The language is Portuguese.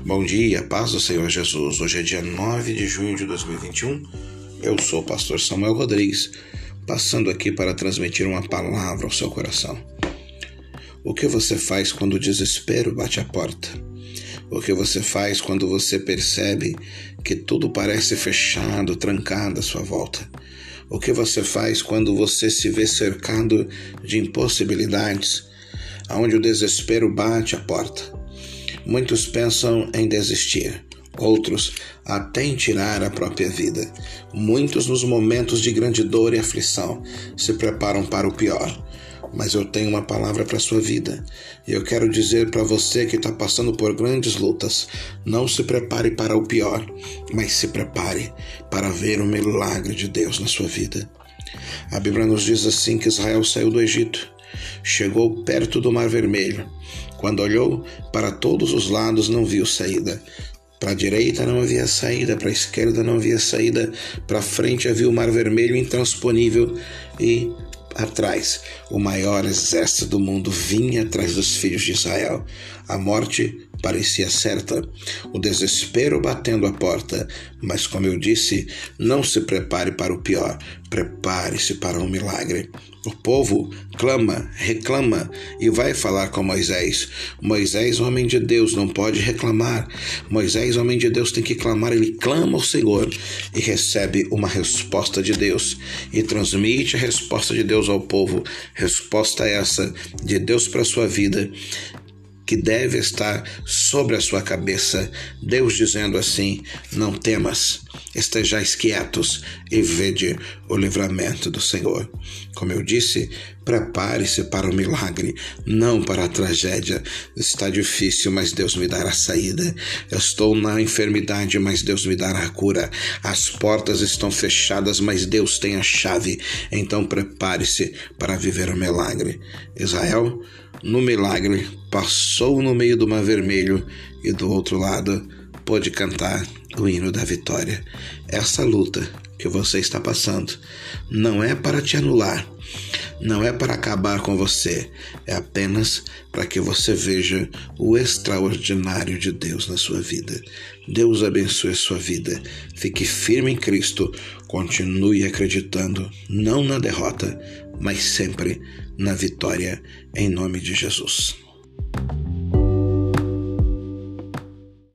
Bom dia, paz do Senhor Jesus. Hoje é dia 9 de junho de 2021. Eu sou o pastor Samuel Rodrigues, passando aqui para transmitir uma palavra ao seu coração. O que você faz quando o desespero bate a porta? O que você faz quando você percebe que tudo parece fechado, trancado à sua volta? O que você faz quando você se vê cercado de impossibilidades, onde o desespero bate a porta? Muitos pensam em desistir, outros até em tirar a própria vida. Muitos, nos momentos de grande dor e aflição, se preparam para o pior. Mas eu tenho uma palavra para a sua vida. E eu quero dizer para você que está passando por grandes lutas: não se prepare para o pior, mas se prepare para ver o milagre de Deus na sua vida. A Bíblia nos diz assim que Israel saiu do Egito, chegou perto do Mar Vermelho. Quando olhou para todos os lados, não viu saída. Para a direita não havia saída, para a esquerda não havia saída, para frente havia o Mar Vermelho intransponível e atrás o maior exército do mundo vinha atrás dos filhos de Israel. A morte parecia certa, o desespero batendo a porta, mas como eu disse, não se prepare para o pior, prepare-se para um milagre. O povo clama, reclama e vai falar com Moisés. Moisés, homem de Deus, não pode reclamar. Moisés, homem de Deus, tem que clamar. Ele clama ao Senhor e recebe uma resposta de Deus e transmite a resposta de Deus ao povo. Resposta essa de Deus para a sua vida, que deve estar sobre a sua cabeça. Deus dizendo assim: não temas, estejais quietos e vede o livramento do Senhor. Como eu disse, prepare-se para o milagre, não para a tragédia. Está difícil, mas Deus me dará saída. Eu estou na enfermidade, mas Deus me dará a cura. As portas estão fechadas, mas Deus tem a chave. Então prepare-se para viver o milagre. Israel, no milagre, passou no meio do Mar Vermelho e do outro lado pôde cantar o hino da vitória. Essa luta que você está passando não é para te anular, não é para acabar com você, é apenas para que você veja o extraordinário de Deus na sua vida. Deus abençoe a sua vida, fique firme em Cristo, continue acreditando, não na derrota, mas sempre na vitória, em nome de Jesus.